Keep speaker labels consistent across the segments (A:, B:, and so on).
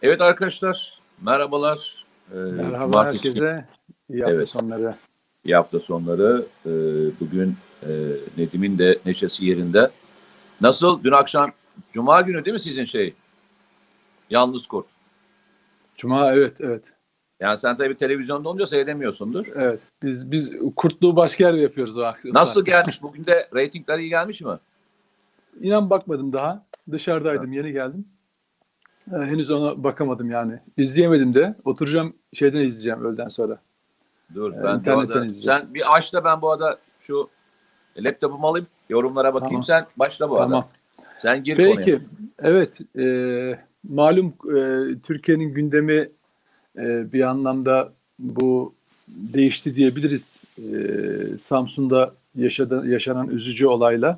A: Evet arkadaşlar, merhabalar.
B: Merhaba
A: Cumartesi günü,
B: herkese. İyi hafta
A: evet,
B: sonları.
A: iyi hafta sonları. Bugün Nedim'in de neşesi yerinde. Nasıl? Dün akşam, Cuma günü değil mi sizin şey? Yalnız Kurt.
B: Cuma, evet.
A: Yani sen tabii televizyonda olunca seyredemiyorsundur.
B: Evet. Biz kurtluğu başka yerde yapıyoruz o
A: Nasıl
B: saatte.
A: gelmiş? Bugün de reytingler iyi gelmiş mi?
B: İnan bakmadım daha.
A: Evet.
B: Dışarıdaydım, yeni geldim. Henüz ona bakamadım yani. İzleyemedim de. Oturacağım, şeyden izleyeceğim öğleden sonra.
A: Dur ben bu
B: İnternetten
A: arada,
B: izleyeceğim.
A: sen bir aç da ben bu arada şu laptopumu alayım, yorumlara bakayım.
B: Tamam.
A: Sen başla bu arada.
B: Tamam.
A: Sen gir konuya.
B: Peki. Evet. Malum, Türkiye'nin gündemi bir anlamda bu değişti diyebiliriz. Samsun'da yaşanan üzücü olayla.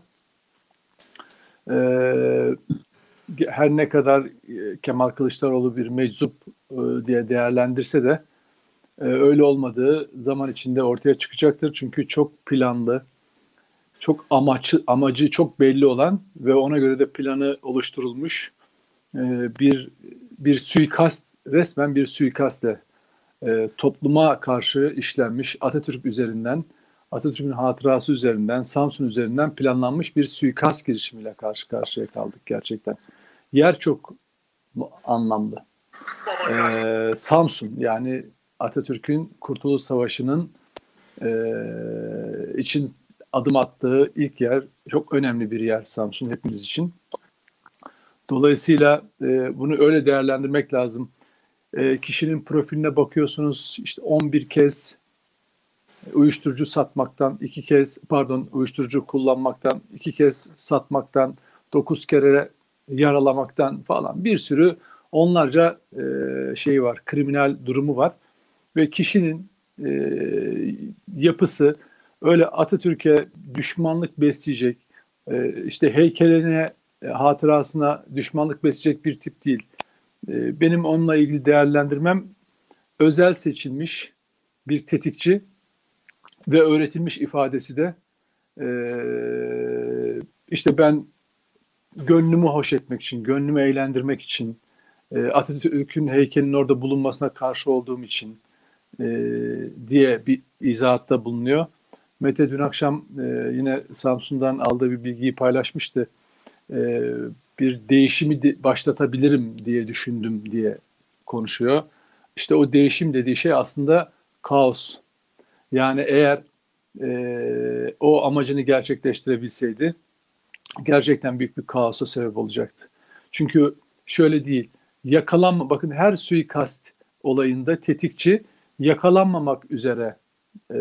B: Ee, Her ne kadar Kemal Kılıçdaroğlu bir meczup diye değerlendirse de öyle olmadığı zaman içinde ortaya çıkacaktır. Çünkü çok planlı, çok amacı çok belli olan ve ona göre de planı oluşturulmuş e, bir suikast, resmen bir suikastle topluma karşı işlenmiş, Atatürk üzerinden, Atatürk'ün hatırası üzerinden, Samsun üzerinden planlanmış bir suikast girişimiyle karşı karşıya kaldık gerçekten. Yer çok anlamlı. Samsun, yani Atatürk'ün Kurtuluş Savaşı'nın için adım attığı ilk yer, çok önemli bir yer Samsun hepimiz için. Dolayısıyla bunu öyle değerlendirmek lazım. Kişinin profiline bakıyorsunuz, işte 11 kez uyuşturucu satmaktan, uyuşturucu kullanmaktan, 2 kez satmaktan, 9 kere yaralamaktan falan bir sürü, onlarca şey var, kriminal durumu var. Ve kişinin yapısı öyle Atatürk'e düşmanlık besleyecek, işte heykeline, hatırasına düşmanlık besleyecek bir tip değil. Benim onunla ilgili değerlendirmem, özel seçilmiş bir tetikçi ve öğretilmiş ifadesi de işte ben gönlümü hoş etmek için, gönlümü eğlendirmek için, Atatürk'ün heykelinin orada bulunmasına karşı olduğum için diye bir izahatta bulunuyor. Mete dün akşam yine Samsun'dan aldığı bir bilgiyi paylaşmıştı. E, Bir değişimi başlatabilirim diye düşündüm diye konuşuyor. İşte o değişim dediği şey aslında kaos. Yani eğer o amacını gerçekleştirebilseydi gerçekten büyük bir kaosa sebep olacaktı. Çünkü şöyle değil, bakın, her suikast olayında tetikçi yakalanmamak üzere e,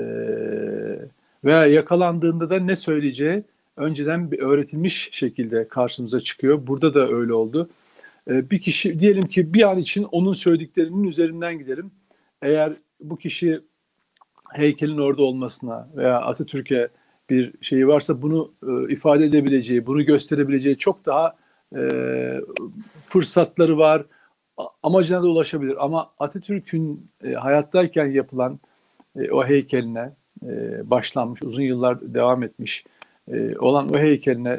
B: veya yakalandığında da ne söyleyeceği önceden bir öğretilmiş şekilde karşımıza çıkıyor. Burada da öyle oldu. Bir kişi, diyelim ki bir an için onun söylediklerinin üzerinden gidelim. Eğer bu kişi heykelin orada olmasına veya Atatürk'e bir şeyi varsa, bunu ifade edebileceği, bunu gösterebileceği çok daha e, fırsatları var. Amacına da ulaşabilir. Ama Atatürk'ün hayattayken yapılan o heykeline, başlanmış, uzun yıllar devam etmiş olan o heykeline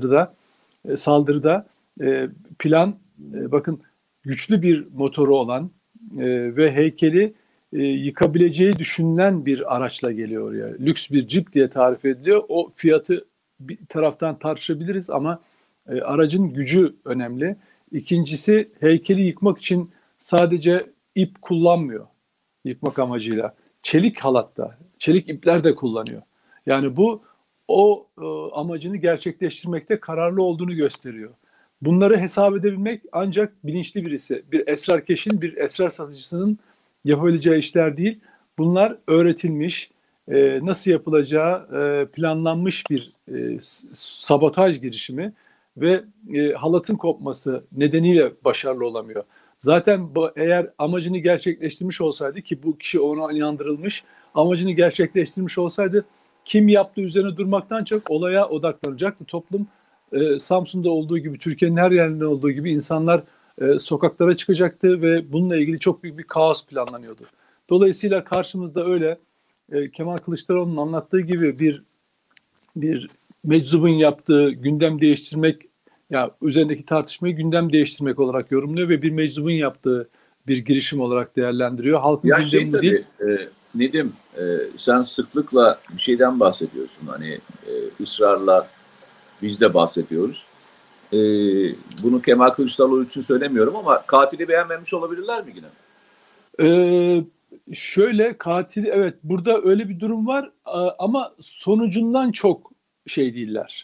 B: saldırıda plan, bakın, güçlü bir motoru olan ve heykeli yıkabileceği düşünülen bir araçla geliyor oraya. Lüks bir cip diye tarif ediliyor. O fiyatı bir taraftan tartışabiliriz ama aracın gücü önemli. İkincisi, heykeli yıkmak için sadece ip kullanmıyor, yıkmak amacıyla. Çelik halatta, çelik ipler de kullanıyor. Yani bu, o amacını gerçekleştirmekte kararlı olduğunu gösteriyor. Bunları hesap edebilmek ancak bilinçli birisi, bir esrarkeşin, bir esrar satıcısının yapabileceği işler değil. Bunlar öğretilmiş, nasıl yapılacağı planlanmış bir sabotaj girişimi ve halatın kopması nedeniyle başarılı olamıyor. Zaten eğer amacını gerçekleştirmiş olsaydı, ki bu kişi ona inandırılmış, amacını gerçekleştirmiş olsaydı kim yaptığı üzerine durmaktan çok olaya odaklanacaktı toplum. Samsun'da olduğu gibi, Türkiye'nin her yerinde olduğu gibi insanlar sokaklara çıkacaktı ve bununla ilgili çok büyük bir kaos planlanıyordu. Dolayısıyla karşımızda öyle Kemal Kılıçdaroğlu'nun anlattığı gibi bir meczubun yaptığı gündem değiştirmek Ya üzerindeki tartışmayı gündem değiştirmek olarak yorumluyor ve bir meczubun yaptığı bir girişim olarak değerlendiriyor. Halkın
A: Ya
B: gündemi bu değil.
A: tabii Nedim, sen sıklıkla bir şeyden bahsediyorsun. Hani ısrarla biz de bahsediyoruz. E, Bunu Kemal Kılıçdaroğlu için söylemiyorum ama katili beğenmemiş olabilirler mi yine?
B: Ee, Şöyle katil, evet, burada öyle bir durum var ama sonucundan çok şey değiller.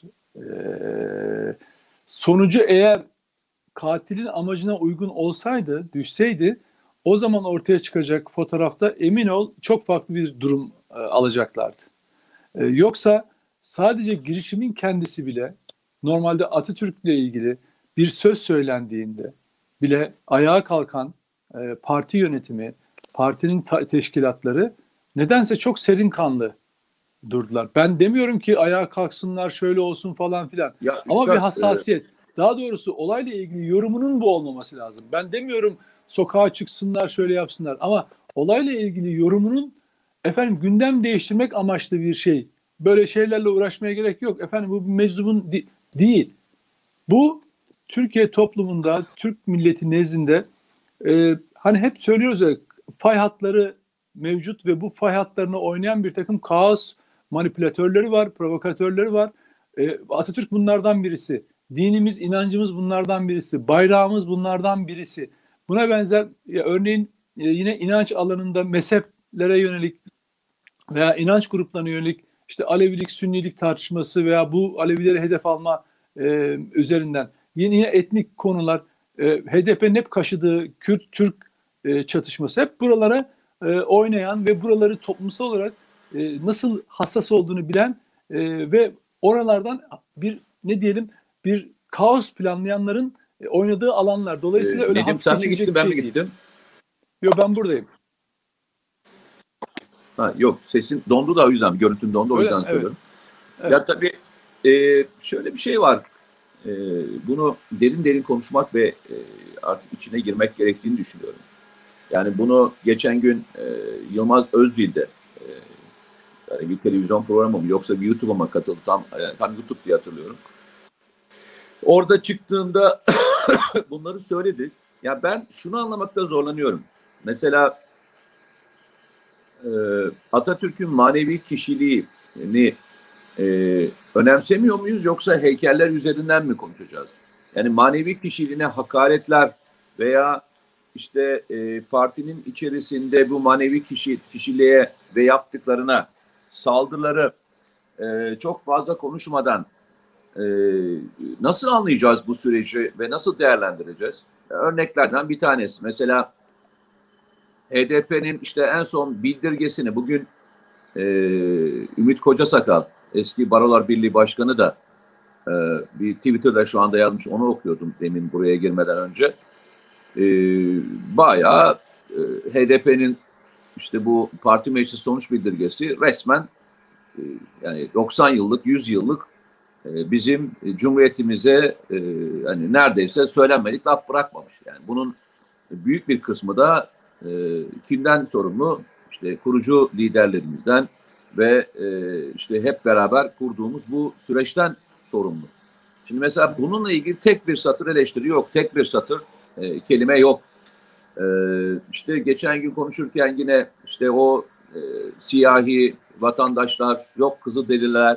B: Sonucu eğer katilin amacına uygun olsaydı, düşseydi, o zaman ortaya çıkacak fotoğrafta emin ol çok farklı bir durum alacaklardı. Yoksa sadece girişimin kendisi bile, normalde Atatürk'le ilgili bir söz söylendiğinde bile ayağa kalkan parti yönetimi, partinin teşkilatları nedense çok serin kanlı durdular. Ben demiyorum ki ayağa kalksınlar, şöyle olsun falan filan.
A: Ya
B: Ama bir
A: üstad,
B: hassasiyet. Daha doğrusu olayla ilgili yorumunun bu olmaması lazım. Ben demiyorum sokağa çıksınlar, şöyle yapsınlar. Ama olayla ilgili yorumunun, efendim, gündem değiştirmek amaçlı bir şey. Böyle şeylerle uğraşmaya gerek yok. Efendim, bu bir meczubun değil. Bu Türkiye toplumunda, Türk milleti nezdinde hani hep söylüyoruz ya, fay hatları mevcut ve bu fay hatlarını oynayan bir takım kaos manipülatörleri var, provokatörleri var. Atatürk bunlardan birisi. Dinimiz, inancımız bunlardan birisi. Bayrağımız bunlardan birisi. Buna benzer örneğin yine inanç alanında mezheplere yönelik veya inanç gruplarına yönelik işte Alevilik, Sünnilik tartışması veya bu Alevileri hedef alma üzerinden yine etnik konular, HDP'nin hep kaşıdığı Kürt-Türk çatışması, hep buralara oynayan ve buraları toplumsal olarak nasıl hassas olduğunu bilen ve oralardan bir, ne diyelim, bir kaos planlayanların oynadığı alanlar. Dolayısıyla öyle
A: Nedim,
B: hafif
A: sen mi
B: geçilecek
A: gittin
B: bir
A: ben mi
B: şey değil.
A: gittim?
B: Yok, ben buradayım.
A: Ha, yok, sesin dondu da o yüzden, görüntün dondu o
B: Öyle
A: yüzden
B: mi? Evet.
A: söylüyorum. Ya
B: Evet.
A: tabii şöyle bir şey var. E, Bunu derin derin konuşmak ve artık içine girmek gerektiğini düşünüyorum. Yani bunu geçen gün Yılmaz Özdil'de yani bir televizyon programı mı yoksa bir YouTube'a mı katıldı, tam YouTube diye hatırlıyorum. Orada çıktığında bunları söyledi. Ya ben şunu anlamakta zorlanıyorum. Mesela e, Atatürk'ün manevi kişiliğini önemsemiyor muyuz yoksa heykeller üzerinden mi konuşacağız? Yani manevi kişiliğine hakaretler veya işte partinin içerisinde bu manevi kişiliğe ve yaptıklarına saldırıları çok fazla konuşmadan e, nasıl anlayacağız bu süreci ve nasıl değerlendireceğiz? Örneklerden bir tanesi. Mesela HDP'nin işte en son bildirgesini bugün e, Ümit Kocasakal, eski Barolar Birliği Başkanı da e, bir Twitter'da şu anda yazmış, onu okuyordum demin buraya girmeden önce. E, Bayağı HDP'nin işte bu parti meclis sonuç bildirgesi resmen yani 90 yıllık, 100 yıllık bizim Cumhuriyetimize hani neredeyse söylenmedik laf bırakmamış. Yani bunun büyük bir kısmı da kimden sorumlu? İşte kurucu liderlerimizden ve işte hep beraber kurduğumuz bu süreçten sorumlu. Şimdi mesela bununla ilgili tek bir satır eleştiri yok, tek bir satır kelime yok. İşte geçen gün konuşurken yine işte o siyahi vatandaşlar, yok Kızılderililer.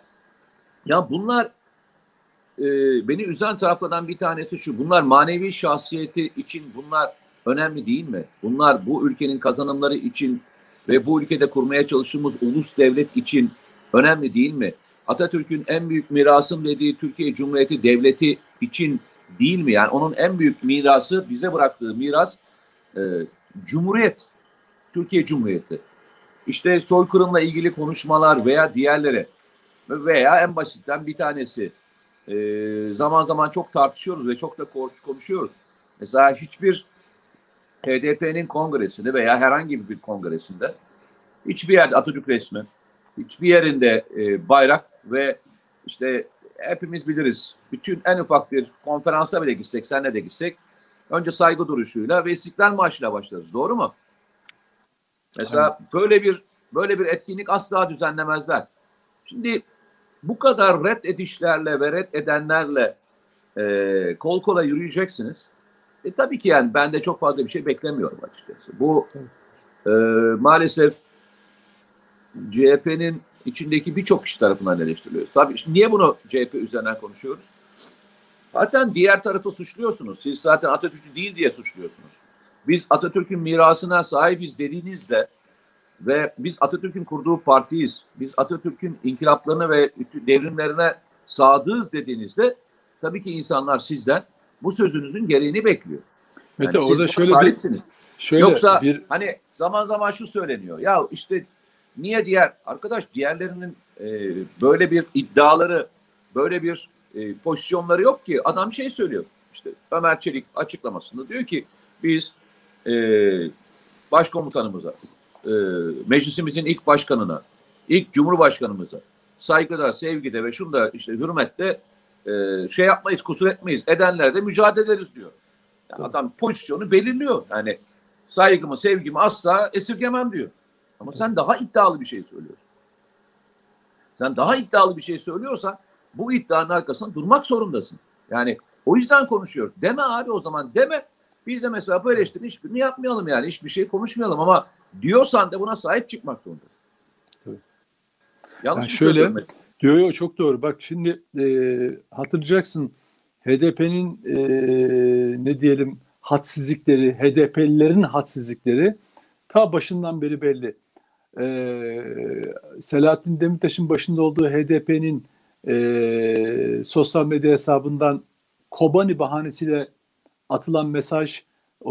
A: Ya bunlar e, beni üzen taraflardan bir tanesi şu. Bunlar manevi şahsiyeti için bunlar önemli değil mi? Bunlar bu ülkenin kazanımları için ve bu ülkede kurmaya çalıştığımız ulus devlet için önemli değil mi? Atatürk'ün en büyük mirasım dediği Türkiye Cumhuriyeti Devleti için değil mi? Yani onun en büyük mirası, bize bıraktığı miras e, Cumhuriyet, Türkiye Cumhuriyeti. İşte soykırımla ilgili konuşmalar veya diğerleri veya en basitten bir tanesi zaman zaman çok tartışıyoruz ve çok da konuşuyoruz. Mesela hiçbir HDP'nin kongresinde veya herhangi bir kongresinde hiçbir yerde Atatürk resmi, hiçbir yerinde bayrak ve işte hepimiz biliriz. Bütün en ufak bir konferansa bile gitsek, senle de gitsek önce saygı duruşuyla ve İstiklal Marşı'yla başlarız. Doğru mu?
B: Aynen.
A: Mesela böyle bir etkinlik asla düzenlemezler. Şimdi bu kadar red edişlerle ve red edenlerle kol kola yürüyeceksiniz. Tabii ki yani ben de çok fazla bir şey beklemiyorum açıkçası. Bu maalesef CHP'nin içindeki birçok kişi tarafından eleştiriliyor. Tabii niye bunu CHP üzerinden konuşuyoruz? Zaten diğer tarafı suçluyorsunuz. Siz zaten Atatürk'ü değil diye suçluyorsunuz. Biz Atatürk'ün mirasına sahibiz dediğinizde ve biz Atatürk'ün kurduğu partiyiz, biz Atatürk'ün inkılaplarına ve devrimlerine sadığız dediğinizde tabii ki insanlar sizden bu sözünüzün gereğini bekliyor.
B: Mete,
A: Yani
B: orada
A: siz talipsiniz. Yoksa hani zaman zaman şu söyleniyor. Ya işte niye diğerlerinin böyle bir iddiaları, böyle bir pozisyonları yok ki. Adam şey söylüyor. İşte Ömer Çelik açıklamasında diyor ki biz başkomutanımıza, meclisimizin ilk başkanına, ilk cumhurbaşkanımıza saygıda, sevgide ve şunda işte hürmette şey yapmayız, kusur etmeyiz. Edenlere de mücadele ederiz diyor. Yani adam pozisyonu belirliyor. Yani saygımı, sevgimi asla esirgemem diyor. Ama sen daha iddialı bir şey söylüyorsun. Sen daha iddialı bir şey söylüyorsan bu iddianın arkasında durmak zorundasın. Yani o yüzden konuşuyor. Deme abi o zaman deme. Biz de mesela bu eleştirinin hiçbirini yapmayalım yani. Hiçbir şey konuşmayalım ama diyorsan da buna sahip çıkmak zorundasın.
B: Tabii.
A: Yanlış
B: yani şöyle diyor çok doğru. Bak şimdi hatırlayacaksın HDP'nin ne diyelim hadsizlikleri, HDP'lilerin hadsizlikleri ta başından beri belli. Selahattin Demirtaş'ın başında olduğu HDP'nin sosyal medya hesabından Kobani bahanesiyle atılan mesaj,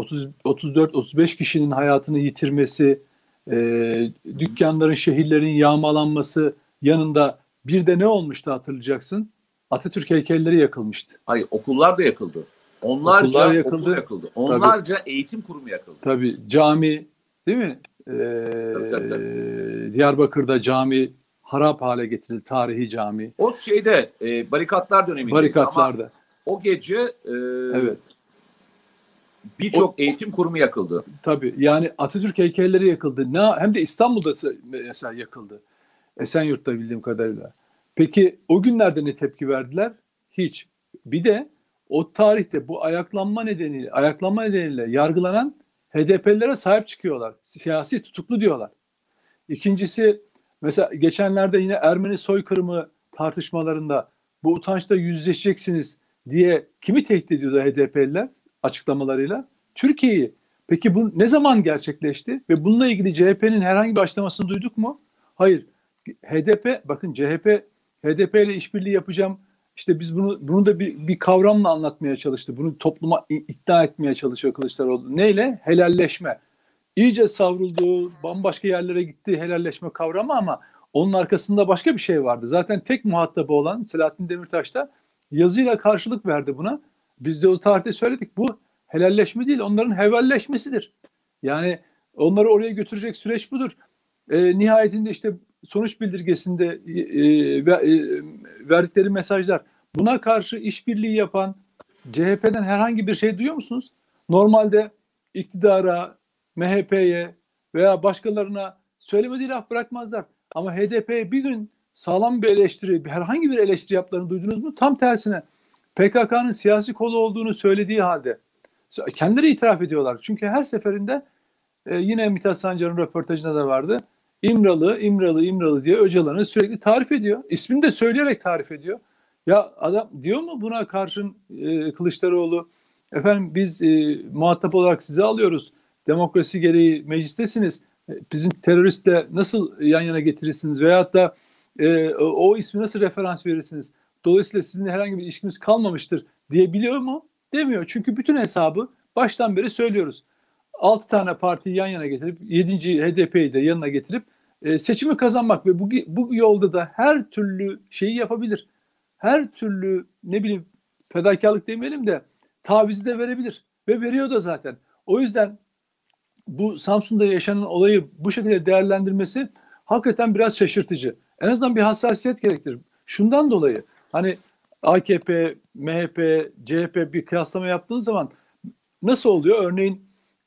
B: 34-35 kişinin hayatını yitirmesi, dükkanların, şehirlerin yağmalanması yanında bir de ne olmuştu hatırlayacaksın? Atatürk heykelleri yakılmıştı.
A: Hayır, okullar da yakıldı. Onlarca okul yakıldı. Onlarca tabii, eğitim kurumu yakıldı.
B: Tabii, cami değil mi?
A: Tabii.
B: Diyarbakır'da cami harap hale getirildi, tarihi cami.
A: O şeyde barikatlar döneminde.
B: Barikatlarda.
A: Ama o gece
B: evet.
A: Birçok eğitim kurumu yakıldı.
B: Tabii yani Atatürk heykelleri yakıldı. Hem de İstanbul'da mesela yakıldı. Esenyurt'ta bildiğim kadarıyla. Peki o günlerde ne tepki verdiler? Hiç. Bir de o tarihte bu ayaklanma nedeniyle yargılanan HDP'lilere sahip çıkıyorlar. Siyasi tutuklu diyorlar. İkincisi mesela geçenlerde yine Ermeni soykırımı tartışmalarında bu utançla yüzleşeceksiniz diye kimi tehdit ediyordu HDP'liler açıklamalarıyla? Türkiye'yi. Peki bu ne zaman gerçekleşti? Ve bununla ilgili CHP'nin herhangi bir açıklamasını duyduk mu? Hayır. bakın CHP HDP ile işbirliği yapacağım. İşte biz bunu da bir kavramla anlatmaya çalıştı. Bunu topluma ikna etmeye çalışıyor Kılıçdaroğlu. Neyle? Helalleşme. İyice savruldu, bambaşka yerlere gitti helalleşme kavramı ama onun arkasında başka bir şey vardı. Zaten tek muhatabı olan Selahattin Demirtaş da yazıyla karşılık verdi buna. Biz de o tarihte söyledik. Bu helalleşme değil, onların hevalleşmesidir. Yani onları oraya götürecek süreç budur. Nihayetinde işte sonuç bildirgesinde verdikleri mesajlar. Buna karşı işbirliği yapan CHP'den herhangi bir şey duyuyor musunuz? Normalde iktidara, MHP'ye veya başkalarına söylemediği laf bırakmazlar. Ama HDP'ye bir gün sağlam bir eleştiri, herhangi bir eleştiri yaptıklarını duydunuz mu? Tam tersine PKK'nın siyasi kolu olduğunu söylediği halde kendileri itiraf ediyorlar. Çünkü her seferinde yine Mithat Sancar'ın röportajında da vardı. İmralı diye Öcalan'ı sürekli tarif ediyor. İsmini de söyleyerek tarif ediyor. Ya adam diyor mu buna karşın Kılıçdaroğlu? Efendim biz muhatap olarak sizi alıyoruz. Demokrasi gereği meclistesiniz. Bizim teröristle nasıl yan yana getirirsiniz? Veyahut da o ismi nasıl referans verirsiniz? Dolayısıyla sizinle herhangi bir ilişkimiz kalmamıştır diyebiliyor mu? Demiyor. Çünkü bütün hesabı baştan beri söylüyoruz. 6 tane partiyi yan yana getirip 7. HDP'yi de yanına getirip seçimi kazanmak ve bu yolda da her türlü şeyi yapabilir. Her türlü ne bileyim fedakarlık demeyelim de tavizi de verebilir ve veriyor da zaten. O yüzden bu Samsun'da yaşanan olayı bu şekilde değerlendirmesi hakikaten biraz şaşırtıcı. En azından bir hassasiyet gerektirir. Şundan dolayı hani AKP, MHP, CHP bir kıyaslama yaptığın zaman nasıl oluyor? Örneğin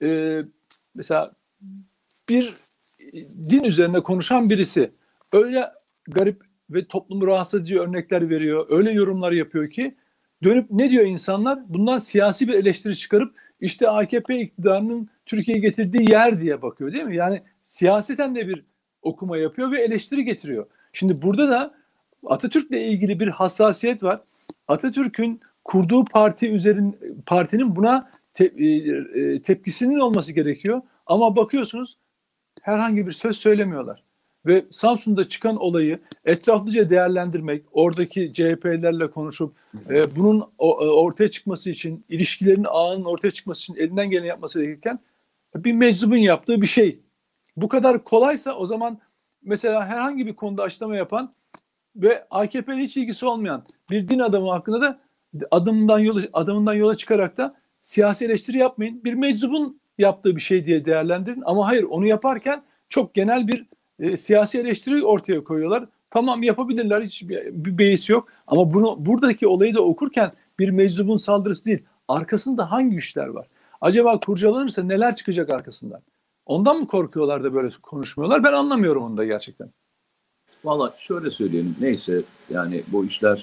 B: mesela bir din üzerine konuşan birisi öyle garip ve toplumu rahatsız edici örnekler veriyor, öyle yorumlar yapıyor ki dönüp ne diyor insanlar? Bundan siyasi bir eleştiri çıkarıp işte AKP iktidarının Türkiye'ye getirdiği yer diye bakıyor, değil mi? Yani siyaseten de bir okuma yapıyor ve eleştiri getiriyor. Şimdi burada da Atatürk'le ilgili bir hassasiyet var. Atatürk'ün kurduğu partinin buna tepkisinin olması gerekiyor. Ama bakıyorsunuz herhangi bir söz söylemiyorlar. Ve Samsun'da çıkan olayı etraflıca değerlendirmek, oradaki CHP'lerle konuşup bunun ortaya çıkması için, ilişkilerin ağının ortaya çıkması için elinden geleni yapması gerekirken bir meczubun yaptığı bir şey. Bu kadar kolaysa o zaman mesela herhangi bir konuda açıklama yapan ve AKP'yle hiç ilgisi olmayan bir din adamı hakkında da adımından yola çıkarak da siyasi eleştiri yapmayın. Bir meczubun yaptığı bir şey diye değerlendirin. Ama hayır, onu yaparken çok genel bir siyasi eleştiri ortaya koyuyorlar. Tamam, yapabilirler, hiç bir beis yok. Ama buradaki olayı da okurken bir meczubun saldırısı değil. Arkasında hangi güçler var? Acaba kurcalanırsa neler çıkacak arkasından? Ondan mı korkuyorlar da böyle konuşmuyorlar? Ben anlamıyorum onu da gerçekten.
A: Valla şöyle söyleyelim. Neyse, yani bu işler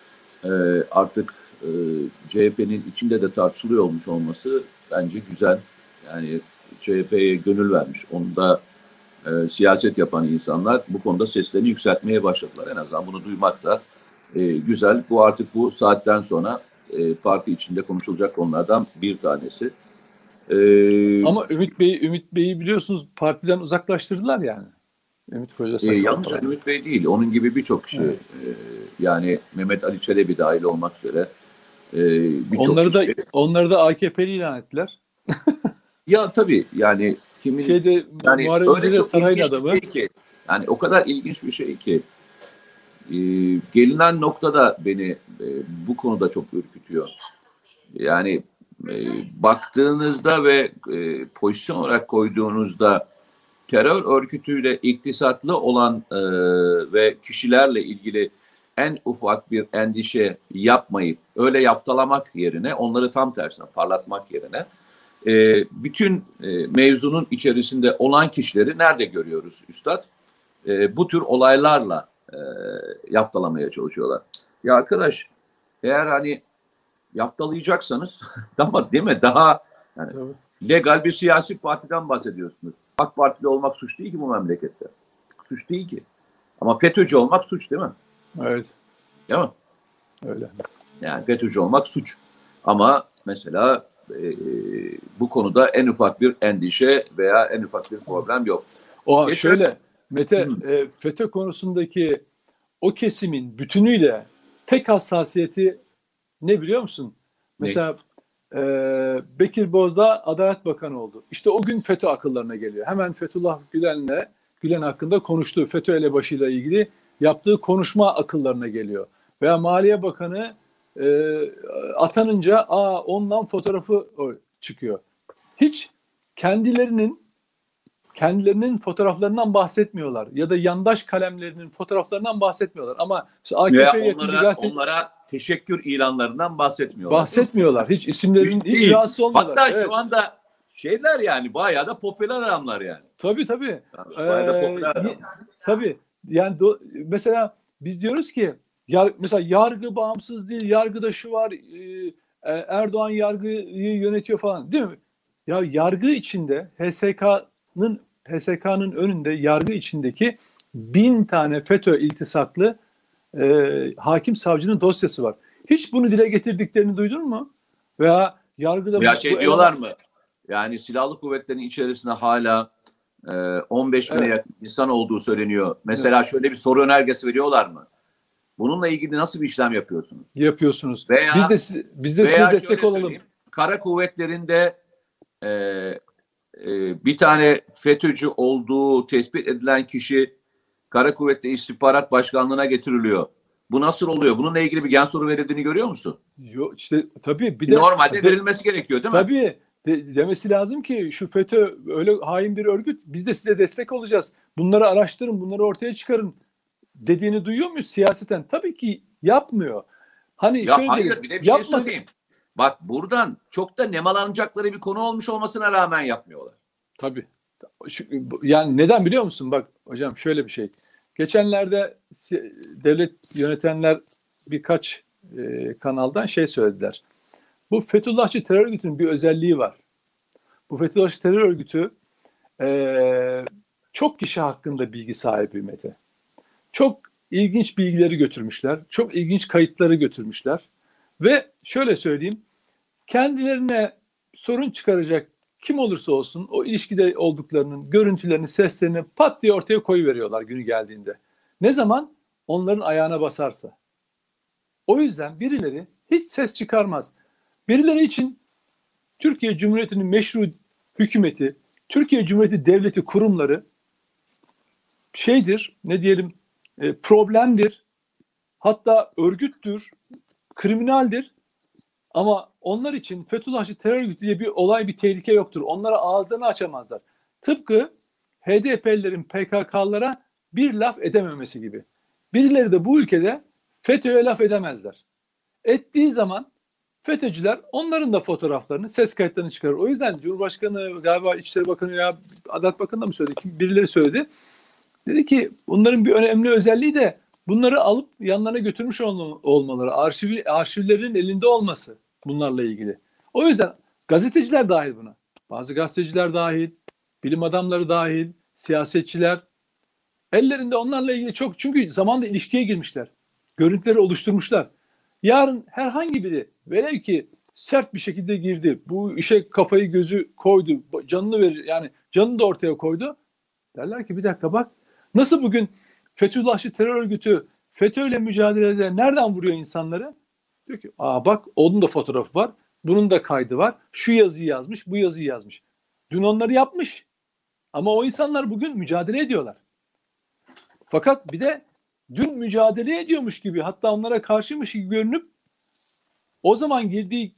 A: artık CHP'nin içinde de tartışılıyor olmuş olması bence güzel. Yani CHP'ye gönül vermiş. Onu da siyaset yapan insanlar bu konuda seslerini yükseltmeye başladılar. En azından bunu duymak da güzel. Bu artık bu saatten sonra parti içinde konuşulacak konulardan bir tanesi.
B: Ama Ümit Bey'i biliyorsunuz partiden uzaklaştırdılar yani. Ümit Kocasakal'ı
A: Yalnızca
B: falan.
A: Ümit Bey değil, onun gibi birçok kişi,
B: Evet.
A: yani Mehmet Ali Çelebi dahil olmak üzere birçok kişi.
B: Onları da AKP'li ilan ettiler.
A: Ya tabii, yani kimin, yani
B: Muharrem
A: öyle
B: İnce de
A: çok
B: sarayın
A: ilginç bir
B: adamı.
A: şey ki, yani o kadar ilginç bir şey ki e, gelinen noktada beni bu konuda çok ürkütüyor. Yani baktığınızda ve pozisyon olarak koyduğunuzda terör örgütüyle iktisatlı olan ve kişilerle ilgili en ufak bir endişe yapmayıp öyle yaftalamak yerine, onları tam tersine parlatmak yerine bütün mevzunun içerisinde olan kişileri nerede görüyoruz üstad? Bu tür olaylarla yaftalamaya çalışıyorlar. Ya arkadaş, eğer hani yaftalayacaksanız ama değil mi, daha yani
B: Tabii.
A: legal bir siyasi partiden bahsediyorsunuz. AK Partili olmak suç değil ki bu memlekette. Suç değil ki. Ama FETÖ'cü olmak suç, değil mi?
B: Evet,
A: Değil mi?
B: öyle.
A: Yani FETÖ'cü olmak suç. Ama mesela bu konuda en ufak bir endişe veya en ufak bir problem yok. Geçen
B: Şöyle Mete, FETÖ konusundaki o kesimin bütünüyle tek hassasiyeti ne biliyor musun?
A: ne?
B: Mesela Bekir Bozdağ Adalet Bakanı oldu. İşte o gün FETÖ akıllarına geliyor. Hemen Fethullah Gülen hakkında konuştuğu FETÖ elebaşıyla ilgili yaptığı konuşma akıllarına geliyor. Veya Maliye Bakanı atanınca ondan fotoğrafı çıkıyor. Hiç kendilerinin fotoğraflarından bahsetmiyorlar ya da yandaş kalemlerinin fotoğraflarından bahsetmiyorlar. Ama işte
A: Veya
B: AKP'ye yakın bir gazete
A: onlara teşekkür ilanlarından bahsetmiyorlar.
B: bahsetmiyorlar. Hiç isimlerinin hiç
A: Değil.
B: rahatsız olmuyorlar.
A: Hatta
B: Evet.
A: şu anda şeyler, yani bayağı da popüler adamlar yani.
B: Tabii.
A: Bayağı da popüler adamlar.
B: Tabii. Yani mesela biz diyoruz ki mesela yargı bağımsız değil. Yargıda şu var. Erdoğan yargıyı yönetiyor falan, değil mi? Ya yargı içinde HSK'nın önünde yargı içindeki 1000 tane FETÖ iltisaklı hakim savcının dosyası var. Hiç bunu dile getirdiklerini duydun mu? Veya yargıda
A: Ya
B: bu
A: diyorlar mı? Yani silahlı kuvvetlerin içerisinde hala 15 bine
B: evet,
A: yakın insan olduğu söyleniyor. Mesela şöyle bir soru önergesi veriyorlar mı? Bununla ilgili nasıl bir işlem yapıyorsunuz?
B: yapıyorsunuz.
A: Veya
B: Biz de size destek
A: şöyle
B: olalım.
A: söyleyeyim. Kara kuvvetlerinde bir tane FETÖ'cü olduğu tespit edilen kişi Kara Kuvvetleri İstihbarat Başkanlığı'na getiriliyor. Bu nasıl oluyor? Bununla ilgili bir gen soru verildiğini görüyor musun?
B: Yok işte, tabii bir de
A: Normalde verilmesi gerekiyor, değil mi?
B: tabii demesi lazım ki şu FETÖ öyle hain bir örgüt. Biz de size destek olacağız. Bunları araştırın, bunları ortaya çıkarın dediğini duyuyor muyuz siyaseten? Tabii ki yapmıyor. Hani
A: Ya
B: şöyle
A: hayır,
B: diyelim,
A: bir de bir şey söyleyeyim. Bak, buradan çok da nemalanacakları bir konu olmuş olmasına rağmen yapmıyorlar.
B: Tabii. Yani neden biliyor musun? Bak hocam, şöyle bir şey. Geçenlerde devlet yönetenler birkaç kanaldan şey söylediler. Bu Fethullahçı terör örgütünün bir özelliği var. Bu Fethullahçı terör örgütü çok kişi hakkında bilgi sahibi Mete. Çok ilginç bilgileri götürmüşler. Çok ilginç kayıtları götürmüşler. Ve şöyle söyleyeyim, kendilerine sorun çıkaracak kim olursa olsun o ilişkide olduklarının görüntülerini, seslerini pat diye ortaya koyuveriyorlar günü geldiğinde. Ne zaman? Onların ayağına basarsa. O yüzden birileri hiç ses çıkarmaz. Birileri için Türkiye Cumhuriyeti'nin meşru hükümeti, Türkiye Cumhuriyeti devleti kurumları şeydir, ne diyelim, problemdir, hatta örgüttür, kriminaldir. Ama onlar için Fethullahçı terör örgütü diye bir olay, bir tehlike yoktur. Onlara ağızlarını açamazlar. Tıpkı HDP'lilerin PKK'lara bir laf edememesi gibi. Birileri de bu ülkede FETÖ'ye laf edemezler. Ettiği zaman FETÖ'cüler onların da fotoğraflarını, ses kayıtlarını çıkarır. O yüzden Cumhurbaşkanı, galiba İçişleri Bakanı ya Adalet Bakanı da mı söyledi? Birileri söyledi. Dedi ki bunların bir önemli özelliği de bunları alıp yanlarına götürmüş olmaları, arşivlerin elinde olması bunlarla ilgili. O yüzden gazeteciler dahil buna. Bazı gazeteciler dahil, bilim adamları dahil, siyasetçiler ellerinde onlarla ilgili çok, çünkü zamanda ilişkiye girmişler. Görüntüleri oluşturmuşlar. Yarın herhangi biri velev ki sert bir şekilde girdi, bu işe kafayı gözü koydu, canını verir, yani canını da ortaya koydu. Derler ki bir dakika bak, nasıl bugün Fethullahçı terör örgütü FETÖ'yle mücadelede nereden vuruyor insanları? Diyor ki bak onun da fotoğrafı var, bunun da kaydı var, şu yazıyı yazmış, bu yazıyı yazmış. Dün onları yapmış ama o insanlar bugün mücadele ediyorlar. Fakat bir de dün mücadele ediyormuş gibi, hatta onlara karşıymış gibi görünüp o zaman girdiği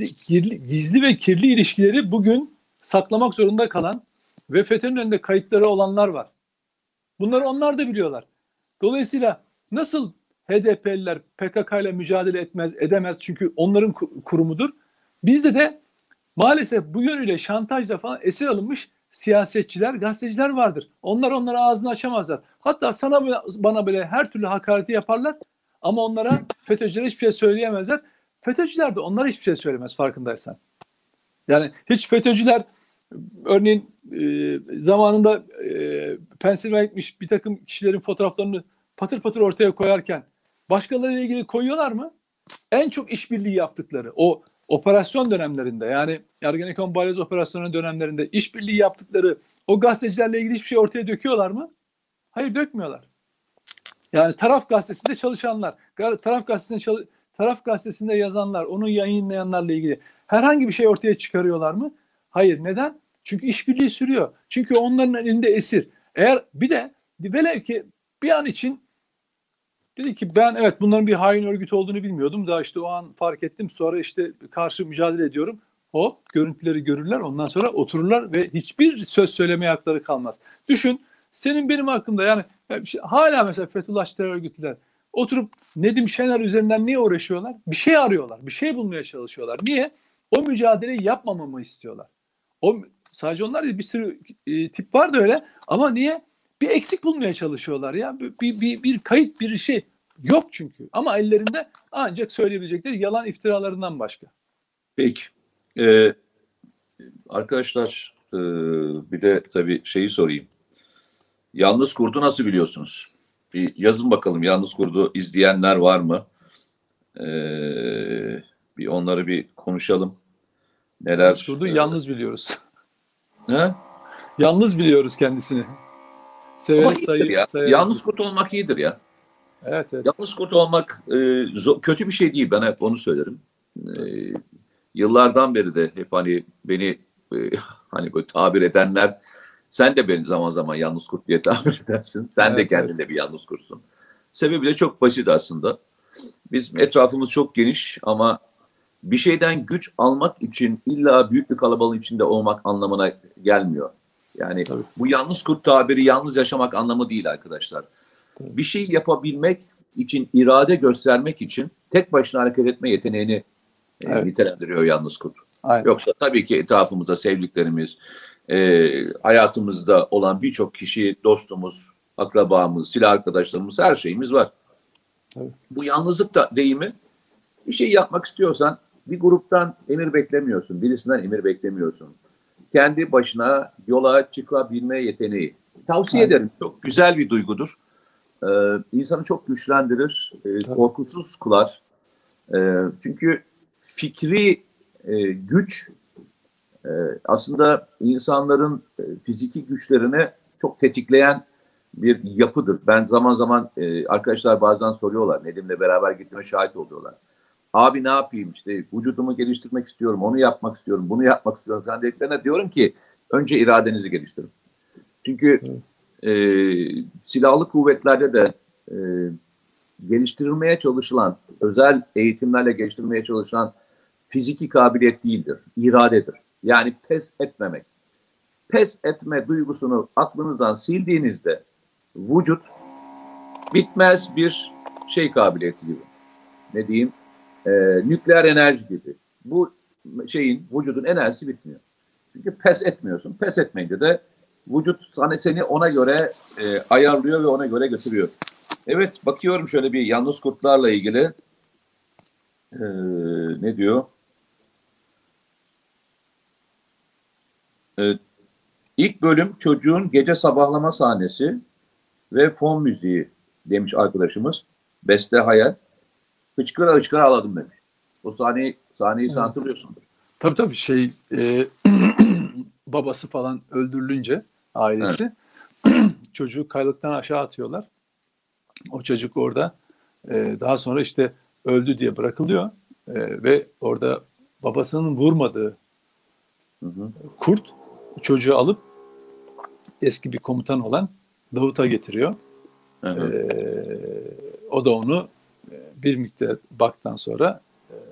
B: gizli ve kirli ilişkileri bugün saklamak zorunda kalan ve FETÖ'nün önünde kayıtları olanlar var. Bunları onlar da biliyorlar. Dolayısıyla nasıl HDP'liler PKK ile mücadele edemez çünkü onların kurumudur. Bizde de maalesef bu yönüyle şantajla falan esir alınmış siyasetçiler, gazeteciler vardır. Onlara ağzını açamazlar. Hatta sana bana bile her türlü hakareti yaparlar ama onlara, FETÖ'cülere hiçbir şey söyleyemezler. FETÖ'cüler de onlara hiçbir şey söylemez, farkındaysan. Yani hiç FETÖ'cüler örneğin zamanında Pensilvanya'ya gitmiş bir takım kişilerin fotoğraflarını patır patır ortaya koyarken başkalarıyla ilgili koyuyorlar mı? En çok işbirliği yaptıkları o operasyon dönemlerinde, yani Ergenekon Balyoz operasyonu dönemlerinde işbirliği yaptıkları o gazetecilerle ilgili hiçbir şey ortaya döküyorlar mı? Hayır, dökmüyorlar. Yani Taraf Gazetesi'nde çalışanlar, Taraf Gazetesi'nde yazanlar, onu yayınlayanlarla ilgili herhangi bir şey ortaya çıkarıyorlar mı? Hayır. Neden? Çünkü işbirliği sürüyor. Çünkü onların elinde esir. Eğer bir de velev ki bir an için dedi ki ben evet bunların bir hain örgüt olduğunu bilmiyordum da işte o an fark ettim, sonra işte karşı mücadele ediyorum. Hop, görüntüleri görürler, ondan sonra otururlar ve hiçbir söz söylemeye hakları kalmaz. Düşün, senin benim hakkımda yani hala mesela Fethullahçı terör örgütler oturup Nedim Şener üzerinden niye uğraşıyorlar? Bir şey arıyorlar, bir şey bulmaya çalışıyorlar. Niye? O mücadeleyi yapmamamı istiyorlar. Sadece onlar değil, bir sürü tip var da öyle, ama niye? Bir eksik bulmaya çalışıyorlar ya. Bir kayıt, bir şey yok çünkü. Ama ellerinde ancak söyleyebilecekleri yalan iftiralarından başka.
A: Peki. Arkadaşlar bir de tabii şeyi sorayım. Yalnız Kurt'u nasıl biliyorsunuz? Bir yazın bakalım, Yalnız Kurt'u izleyenler var mı? Bir onları bir konuşalım. Neler?
B: Yalnız Kurt'u yalnız biliyoruz.
A: He?
B: Yalnız biliyoruz kendisini. Severiz,
A: Yalnız kurt olmak iyidir ya.
B: Evet.
A: Yalnız kurt olmak kötü bir şey değil. Ben hep onu söylerim. Yıllardan beri de hep hani beni hani böyle tabir edenler, sen de beni zaman zaman yalnız kurt diye tabir edersin. Sen de kendinde bir yalnız kurtsun. Sebebi de çok basit aslında. Bizim etrafımız çok geniş ama bir şeyden güç almak için illa büyük bir kalabalığın içinde olmak anlamına gelmiyor. Yani tabii, bu yalnız kurt tabiri yalnız yaşamak anlamı değil arkadaşlar. Tabii. Bir şey yapabilmek için, irade göstermek için tek başına hareket etme yeteneğini nitelendiriyor yalnız kurt. Aynen. Yoksa tabii ki etrafımızda sevdiklerimiz, hayatımızda olan birçok kişi, dostumuz, akrabamız, silah arkadaşlarımız, her şeyimiz var. Tabii. Bu yalnızlık da deyimi Bir şey yapmak istiyorsan bir gruptan emir beklemiyorsun, birisinden emir beklemiyorsun. Kendi başına yola çıkabilme yeteneği. Tavsiye
B: Aynen.
A: ederim. Çok güzel bir duygudur. İnsanı çok güçlendirir,
B: Tabii.
A: korkusuz kılar. Çünkü fikri güç aslında insanların fiziki güçlerini çok tetikleyen bir yapıdır. Ben zaman zaman arkadaşlar bazen soruyorlar. Nedim'le beraber gittiğime şahit oluyorlar. Abi ne yapayım işte vücudumu geliştirmek istiyorum, onu yapmak istiyorum, bunu yapmak istiyorum falan dediklerine diyorum ki önce iradenizi geliştirin. Çünkü
B: Evet.
A: e, silahlı kuvvetlerde de e, geliştirilmeye çalışılan, özel eğitimlerle geliştirilmeye çalışılan fiziki kabiliyet değildir, iradedir. Yani pes etmemek. Pes etme duygusunu aklınızdan sildiğinizde vücut bitmez bir şey kabiliyeti gibi. Ne diyeyim? Nükleer enerji gibi. Bu şeyin, vücudun enerjisi bitmiyor. Çünkü pes etmiyorsun. Pes etmeyince de vücut seni ona göre ayarlıyor ve ona göre götürüyor. Evet, bakıyorum şöyle bir yalnız kurtlarla ilgili. Ne diyor? Ee, ilk bölüm çocuğun gece sabahlama sahnesi ve fon müziği demiş arkadaşımız. Beste Hayal. Hıçkıra hıçkıra ağladım demiş. O sahneyi sen
B: Evet.
A: hatırlıyorsundur.
B: Tabii tabii babası falan öldürülünce
A: Evet.
B: ailesi çocuğu kayalıktan aşağı atıyorlar. O çocuk orada daha sonra işte öldü diye bırakılıyor. Ve orada babasının vurmadığı
A: Hı hı.
B: kurt çocuğu alıp eski bir komutan olan Davut'a getiriyor.
A: Hı hı.
B: E, O da onu bir miktar baktan sonra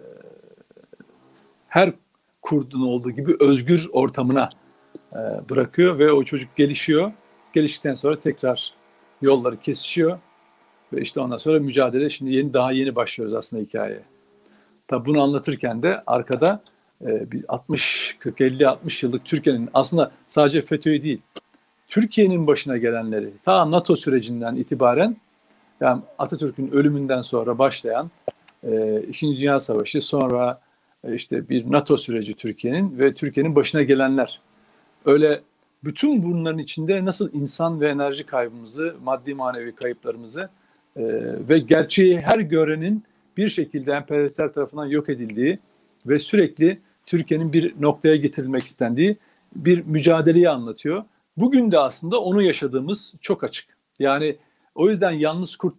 B: her kurdun olduğu gibi özgür ortamına bırakıyor ve o çocuk gelişiyor. Geliştikten sonra tekrar yolları kesişiyor ve işte ondan sonra mücadele şimdi daha yeni başlıyoruz aslında hikayeye. Tabi bunu anlatırken de arkada bir 60 40 50 60 yıllık Türkiye'nin aslında sadece FETÖ'yü değil Türkiye'nin başına gelenleri ta NATO sürecinden itibaren yani Atatürk'ün ölümünden sonra başlayan İkinci Dünya Savaşı sonra işte bir NATO süreci Türkiye'nin ve Türkiye'nin başına gelenler. Öyle bütün bunların içinde nasıl insan ve enerji kaybımızı, maddi manevi kayıplarımızı ve gerçeği her görenin bir şekilde emperyalistler tarafından yok edildiği ve sürekli Türkiye'nin bir noktaya getirilmek istendiği bir mücadeleyi anlatıyor. Bugün de aslında onu yaşadığımız çok açık. Yani o yüzden Yalnız Kurt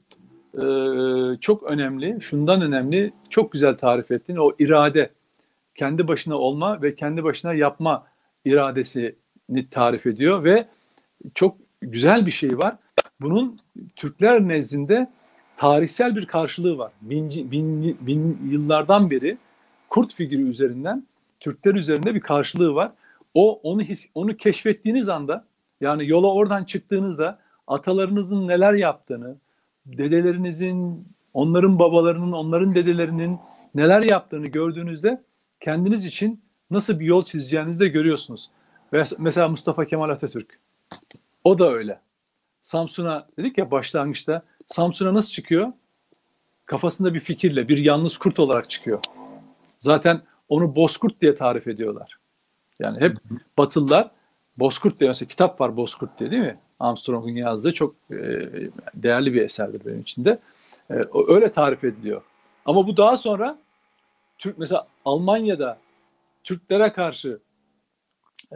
B: çok önemli. Şundan önemli, çok güzel tarif ettin. O irade, kendi başına olma ve kendi başına yapma iradesini tarif ediyor ve çok güzel bir şey var. Bunun Türkler nezdinde tarihsel bir karşılığı var. Bin yıllardan beri kurt figürü üzerinden Türkler üzerinde bir karşılığı var. Onu keşfettiğiniz anda yani yola oradan çıktığınızda atalarınızın neler yaptığını, dedelerinizin, onların babalarının, onların dedelerinin neler yaptığını gördüğünüzde kendiniz için nasıl bir yol çizeceğinizi de görüyorsunuz. Ve mesela Mustafa Kemal Atatürk. O da öyle. Samsun'a dedik ya başlangıçta Samsun'a nasıl çıkıyor? Kafasında bir fikirle, bir yalnız kurt olarak çıkıyor. Zaten onu Bozkurt diye tarif ediyorlar. Yani hep Batılılar Bozkurt diye mesela kitap var Bozkurt diye değil mi? Armstrong'un yazdığı çok değerli bir eserdir benim için de. Öyle tarif ediliyor. Ama bu daha sonra Türk mesela Almanya'da Türklere karşı e,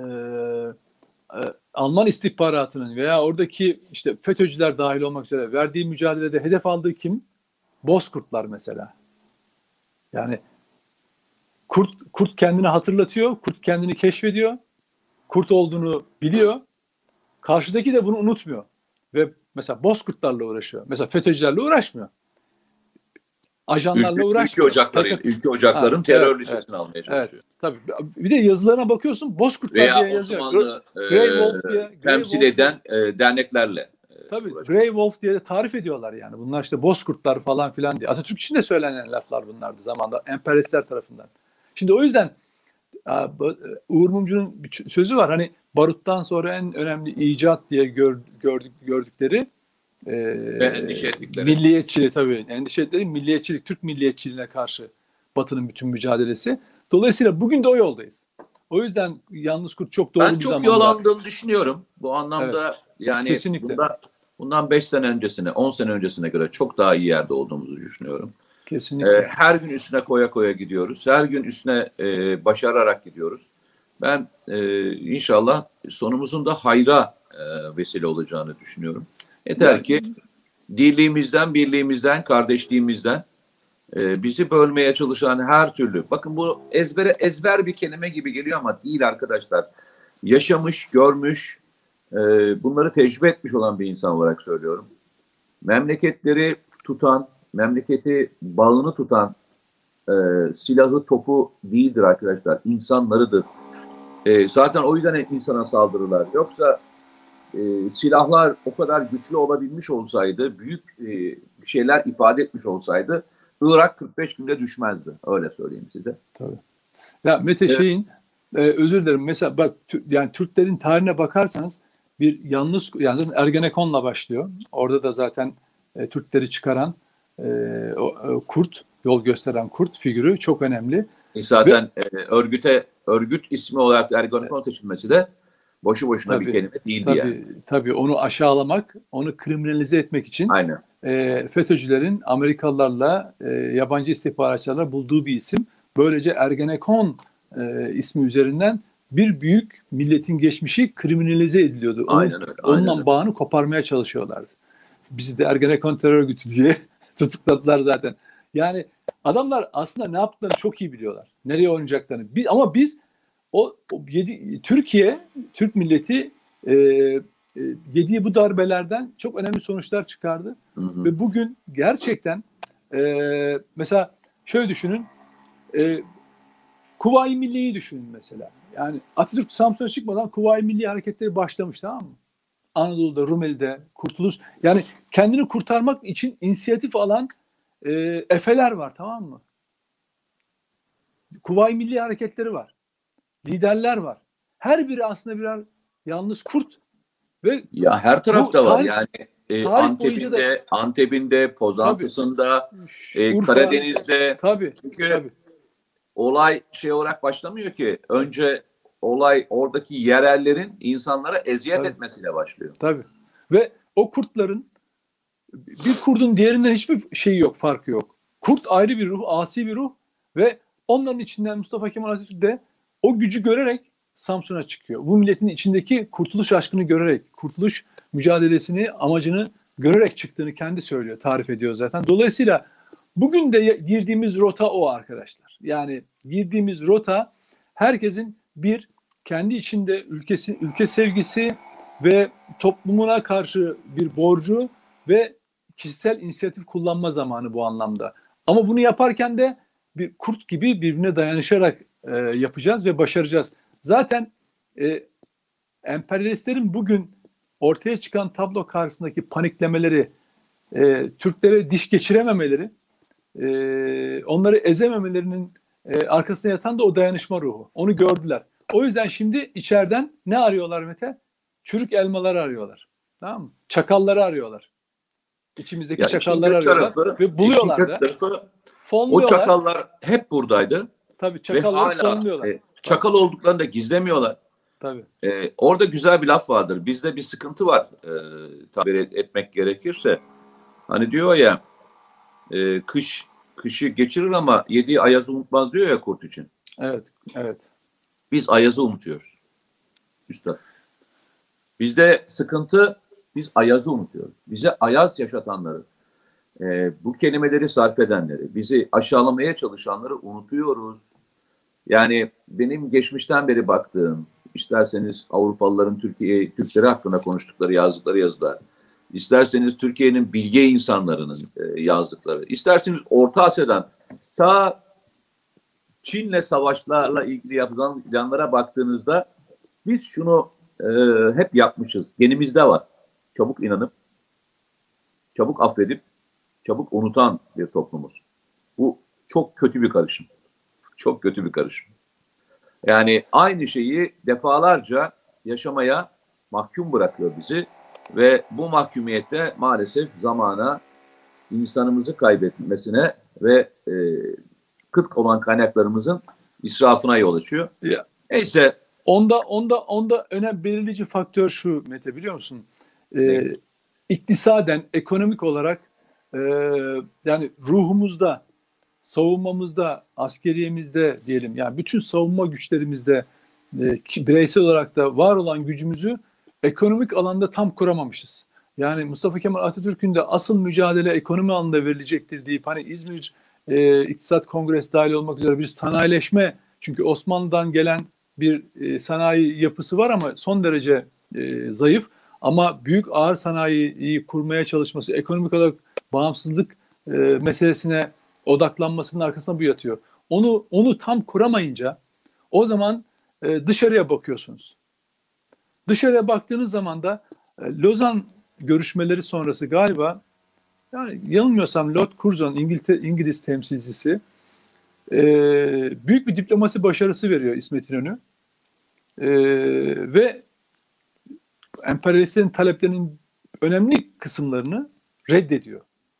B: Alman istihbaratının veya oradaki işte FETÖ'cüler dahil olmak üzere verdiği mücadelede hedef aldığı kim? Bozkurtlar mesela. Yani kurt kendini hatırlatıyor, kurt kendini keşfediyor, kurt olduğunu biliyor. Karşıdaki de bunu unutmuyor. Ve mesela Bozkurtlarla uğraşıyor. Mesela FETÖ'cülerle uğraşmıyor. Ajanlarla uğraşmıyor.
A: Ülke ocakların terör
B: Evet, evet,
A: listesini almaya
B: evet.
A: çalışıyor.
B: Tabii. Bir de yazılarına bakıyorsun Bozkurtlar
A: Veya
B: diye yazıyor.
A: Osmanlı
B: Grey Wolf diye.
A: temsil eden derneklerle
B: Tabii
A: uğraşıyor.
B: Grey Wolf diye de tarif ediyorlar yani. Bunlar işte Bozkurtlar falan filan diye. Atatürk için de söylenen laflar bunlardı zamanda emperyalistler tarafından. Şimdi o yüzden Uğur Mumcu'nun bir sözü var. Hani baruttan sonra en önemli icat diye gördükleri
A: Ve endişe ettikleri.
B: milliyetçiliği tabii. Endişe ettikleri milliyetçilik, Türk milliyetçiliğine karşı Batı'nın bütün mücadelesi. Dolayısıyla bugün de o yoldayız. O yüzden Yalnız Kurt çok doğru
A: Ben
B: bir
A: çok yol
B: zamanda.
A: aldığını düşünüyorum. Bu
B: Evet,
A: anlamda yani
B: kesinlikle.
A: bundan 5 sene öncesine, 10 sene öncesine göre çok daha iyi yerde olduğumuzu düşünüyorum.
B: Kesinlikle.
A: Her gün üstüne koya koya gidiyoruz. Her gün üstüne başararak gidiyoruz. Ben inşallah sonumuzun da hayra vesile olacağını düşünüyorum. Yeter ki dirliğimizden, birliğimizden, kardeşliğimizden bizi bölmeye çalışan her türlü. Bakın bu ezber bir kelime gibi geliyor ama değil arkadaşlar. Yaşamış, görmüş, bunları tecrübe etmiş olan bir insan olarak söylüyorum. Memleketleri tutan, memleketi bağını tutan silahı, topu değildir arkadaşlar. İnsanlarıdır. Zaten o yüzden insana saldırırlar. Yoksa silahlar o kadar güçlü olabilmiş olsaydı, büyük şeyler ifade etmiş olsaydı Irak 45 günde düşmezdi. Öyle söyleyeyim size.
B: Tabii. Ya Mete şeyin özür dilerim. Mesela bak yani Türklerin tarihine bakarsanız bir yani Ergenekon'la başlıyor. Orada da zaten Türkleri çıkaran kurt, yol gösteren kurt figürü çok önemli.
A: Zaten örgüt ismi olarak Ergenekon seçilmesi de boşu boşuna bir kelime değildi yani.
B: Tabii onu aşağılamak, onu kriminalize etmek için
A: Aynen.
B: FETÖ'cülerin Amerikalılarla, yabancı istihbaratçılarla bulduğu bir isim. Böylece Ergenekon ismi üzerinden bir büyük milletin geçmişi kriminalize ediliyordu.
A: Aynen öyle.
B: Onunla bağını koparmaya çalışıyorlardı. Bizi de Ergenekon terör örgütü diye tutukladılar zaten. Yani adamlar aslında ne yaptıklarını çok iyi biliyorlar. Nereye oynayacaklarını. Ama biz Türk milleti yediği bu darbelerden çok önemli sonuçlar çıkardı.
A: Hı hı.
B: Ve bugün gerçekten mesela şöyle düşünün, Kuvayi Milliye'yi düşünün mesela. Yani Atatürk Samsun'a çıkmadan Kuvayi Milliye hareketleri başlamış, tamam mı? Anadolu'da, Rumeli'de, Kurtuluş. Yani kendini kurtarmak için inisiyatif alan efeler var, tamam mı? Kuvayi Milliye hareketleri var. Liderler var. Her biri aslında birer yalnız kurt ve
A: ya her tarafta var yani Antep'inde, Pozantısı'nda,
B: Urfa,
A: Karadeniz'de.
B: tabii,
A: Çünkü
B: tabii.
A: olay olarak başlamıyor ki. Önce olay oradaki yerellerin insanlara eziyet etmesiyle başlıyor.
B: Tabii. Ve o kurtların bir kurdun diğerinden hiçbir şeyi yok, farkı yok. Kurt ayrı bir ruh, asi bir ruh ve onların içinden Mustafa Kemal Atatürk de o gücü görerek Samsun'a çıkıyor. Bu milletin içindeki kurtuluş aşkını görerek, kurtuluş mücadelesini, amacını görerek çıktığını kendi söylüyor, tarif ediyor zaten. Dolayısıyla bugün de girdiğimiz rota o arkadaşlar. Yani girdiğimiz rota herkesin bir kendi içinde ülke sevgisi ve toplumuna karşı bir borcu ve kişisel inisiyatif kullanma zamanı bu anlamda. Ama bunu yaparken de bir kurt gibi birbirine dayanışarak yapacağız ve başaracağız. Zaten emperyalistlerin bugün ortaya çıkan tablo karşısındaki paniklemeleri, Türklere diş geçirememeleri, onları ezememelerinin arkasında yatan da o dayanışma ruhu. Onu gördüler. O yüzden şimdi içeriden ne arıyorlar Mete? Çürük elmaları arıyorlar. Tamam mı? Çakalları arıyorlar. İçimizdeki çakalları arıyorlar ve buluyorlar da.
A: O çakallar hep buradaydı.
B: Tabii çakalları fonluyorlar.
A: Çakal olduklarını da gizlemiyorlar.
B: Tabii.
A: Orada güzel bir laf vardır. Bizde bir sıkıntı var. Tabir etmek gerekirse. Hani diyor ya kışı geçirir ama yediği ayazı unutmaz diyor ya kurt için.
B: Evet, evet.
A: Biz ayazı unutuyoruz. Üstad. Bizde sıkıntı, biz ayazı unutuyoruz. Bize ayaz yaşatanları, bu kelimeleri sarf edenleri, bizi aşağılamaya çalışanları unutuyoruz. Yani benim geçmişten beri baktığım, isterseniz Avrupalıların Türkleri hakkında konuştukları, yazdıkları yazılar, isterseniz Türkiye'nin bilge insanlarının yazdıkları, isterseniz Orta Asya'dan ta Çin'le savaşlarla ilgili yapılan planlara baktığınızda biz şunu hep yapmışız. Genimizde var. Çabuk inanıp, çabuk affedip, çabuk unutan bir toplumuz. Bu çok kötü bir karışım. Çok kötü bir karışım. Yani aynı şeyi defalarca yaşamaya mahkum bırakıyor bizi ve bu mahkumiyette maalesef zamana insanımızı kaybetmesine ve kıt olan kaynaklarımızın israfına yol açıyor.
B: Ya,
A: Neyse.
B: onda belirleyici faktör şu Mete, biliyor musun?
A: Ne?
B: İktisaden, ekonomik olarak yani ruhumuzda, savunmamızda, askeriyemizde diyelim, yani bütün savunma güçlerimizde bireysel olarak da var olan gücümüzü ekonomik alanda tam kuramamışız. Yani Mustafa Kemal Atatürk'ün de asıl mücadele ekonomi alanında verilecektir deyip hani İzmir İktisat Kongresi dahil olmak üzere bir sanayileşme, çünkü Osmanlı'dan gelen bir sanayi yapısı var ama son derece zayıf, ama büyük ağır sanayiyi kurmaya çalışması, ekonomik olarak bağımsızlık meselesine odaklanmasının arkasında bu yatıyor. Onu tam kuramayınca o zaman dışarıya bakıyorsunuz. Dışarıya baktığınız zaman da Lozan görüşmeleri sonrası galiba, yani yanılmıyorsam Lord Curzon, İngiliz temsilcisi, büyük bir diplomasi başarısı veriyor İsmet İnönü. Ve emperyalistlerin taleplerinin önemli kısımlarını reddediyor.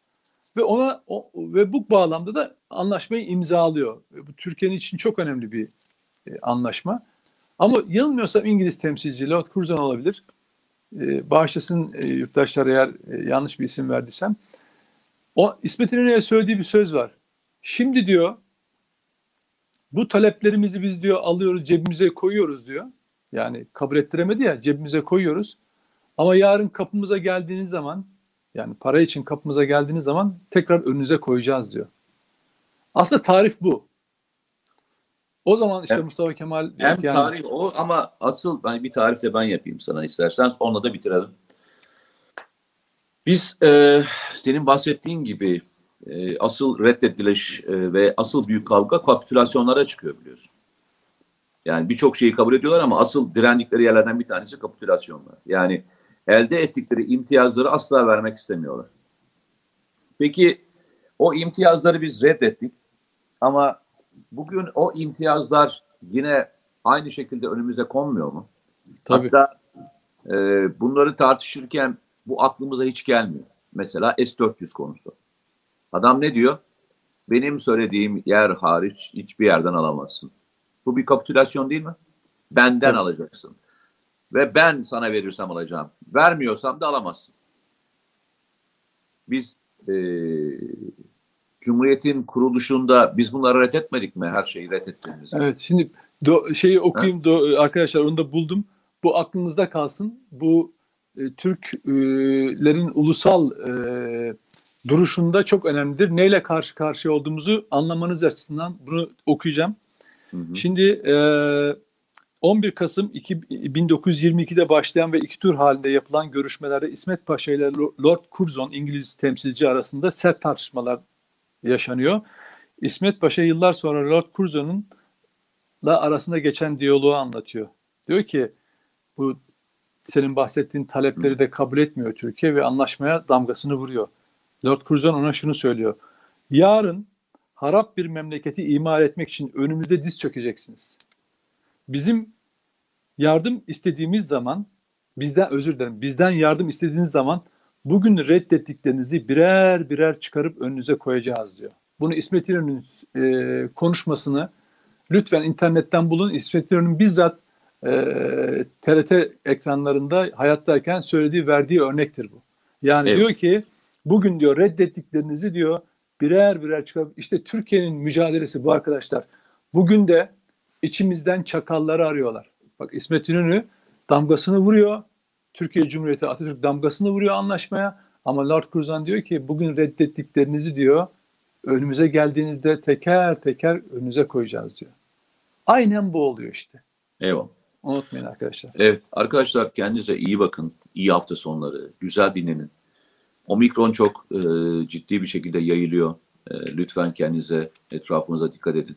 B: Ve bu bağlamda da anlaşmayı imzalıyor. Bu Türkiye'nin için çok önemli bir anlaşma. Ama yanılmıyorsam İngiliz temsilci Lord Curzon olabilir. Bağışlasın yurttaşlar eğer yanlış bir isim verdiysem. O İsmet İnönü'ye söylediği bir söz var. Şimdi diyor, bu taleplerimizi biz diyor alıyoruz, cebimize koyuyoruz diyor. Yani kabul ettiremedi ya, cebimize koyuyoruz. Ama yarın kapımıza geldiğiniz zaman, yani para için kapımıza geldiğiniz zaman tekrar önünüze koyacağız diyor. Aslında tarif bu. O zaman işte Mustafa Kemal...
A: Hem
B: yani,
A: tarih o, ama asıl bir tarif de ben yapayım sana istersen. Onunla da bitirelim. Biz senin bahsettiğin gibi asıl reddediliş ve asıl büyük kavga kapitülasyonlara çıkıyor, biliyorsun. Yani birçok şeyi kabul ediyorlar ama asıl direndikleri yerlerden bir tanesi kapitülasyonlar. Yani elde ettikleri imtiyazları asla vermek istemiyorlar. Peki o imtiyazları biz reddettik ama bugün o imtiyazlar yine aynı şekilde önümüze konmuyor mu?
B: tabii.
A: Hatta bunları tartışırken bu aklımıza hiç gelmiyor. Mesela S-400 konusu. Adam ne diyor? Benim söylediğim yer hariç hiçbir yerden alamazsın. Bu bir kapitülasyon değil mi? Benden
B: Tabii.
A: alacaksın. Ve ben sana verirsem alacağım. Vermiyorsam da alamazsın. Biz Cumhuriyet'in kuruluşunda biz bunları reddetmedik mi? Her şeyi reddettiğimizi.
B: Evet, şimdi şeyi okuyayım arkadaşlar, onu da buldum. Bu aklınızda kalsın. Bu Türklerin ulusal duruşunda çok önemlidir. Neyle karşı karşıya olduğumuzu anlamanız açısından bunu okuyacağım.
A: Hı hı.
B: Şimdi 11 Kasım 1922'de başlayan ve iki tur halinde yapılan görüşmelerde İsmet Paşa ile Lord Curzon, İngiliz temsilci arasında sert tartışmalar yaşanıyor. İsmet Paşa yıllar sonra Lord Curzon'un arasında geçen diyaloğu anlatıyor. Diyor ki, bu senin bahsettiğin talepleri de kabul etmiyor Türkiye ve anlaşmaya damgasını vuruyor. Lord Curzon ona şunu söylüyor. Yarın harap bir memleketi imar etmek için önümüzde diz çökeceksiniz. Bizim yardım istediğimiz zaman, bizden yardım istediğiniz zaman bugün reddettiklerinizi birer birer çıkarıp önünüze koyacağız diyor. Bunu İsmet İnönü'nün konuşmasını lütfen internetten bulun. İsmet İnönü'nün bizzat TRT ekranlarında hayattayken verdiği örnektir bu. Yani
A: Evet.
B: diyor ki, bugün diyor reddettiklerinizi diyor birer birer çıkarıp, işte Türkiye'nin mücadelesi bu arkadaşlar. Bugün de içimizden çakalları arıyorlar. Bak, İsmet İnönü damgasını vuruyor. Türkiye Cumhuriyeti, Atatürk damgasını vuruyor anlaşmaya. Ama Lord Curzon diyor ki, bugün reddettiklerinizi diyor önümüze geldiğinizde teker teker önünüze koyacağız diyor. Aynen bu oluyor işte.
A: Eyvallah.
B: Unutmayın arkadaşlar.
A: Evet arkadaşlar, kendinize iyi bakın. İyi hafta sonları. Güzel dinlenin. Omikron çok ciddi bir şekilde yayılıyor. Lütfen kendinize, etrafınıza dikkat edin.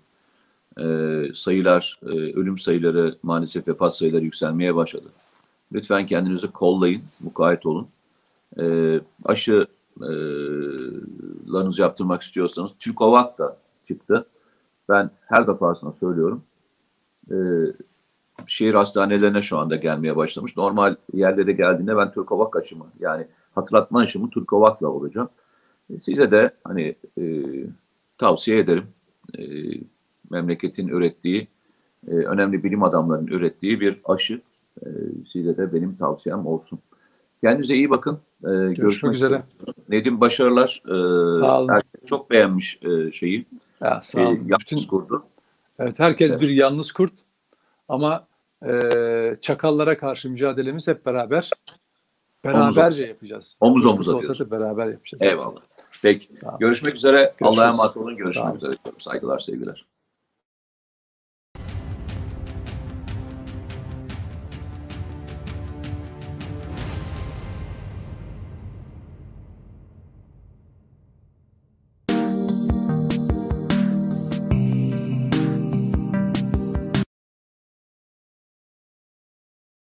A: Ölüm sayıları, maalesef vefat sayıları yükselmeye başladı. Lütfen kendinizi kollayın, mukayyet olun. Aşılarınızı yaptırmak istiyorsanız Türkovak da çıktı. Ben her defasında söylüyorum. Şehir hastanelerine şu anda gelmeye başlamış. Normal yerlere geldiğinde ben Türkovak aşımı, yani hatırlatma aşımı Türkovak'la olacağım. Size de tavsiye ederim. e, memleketin ürettiği, önemli bilim adamlarının ürettiği bir aşı. Size de benim tavsiyem olsun. Kendinize iyi bakın.
B: Görüşmek üzere.
A: Nedim başarılar.
B: Sağ olun.
A: Herkes çok beğenmiş şeyi.
B: Ya, sağ olun.
A: Yalnız kurdu.
B: Evet, herkes bir yalnız kurt ama çakallara karşı mücadelemiz hep beraber. Beraberce yapacağız.
A: Omuz
B: Kurt
A: omuza
B: olsa
A: diyoruz.
B: da beraber yapacağız.
A: Eyvallah. Peki.
B: Tamam.
A: Görüşmek üzere.
B: Görüşürüz.
A: Allah'a emanet olun.
B: Sağ
A: Görüşmek
B: olun.
A: üzere. Saygılar, sevgiler.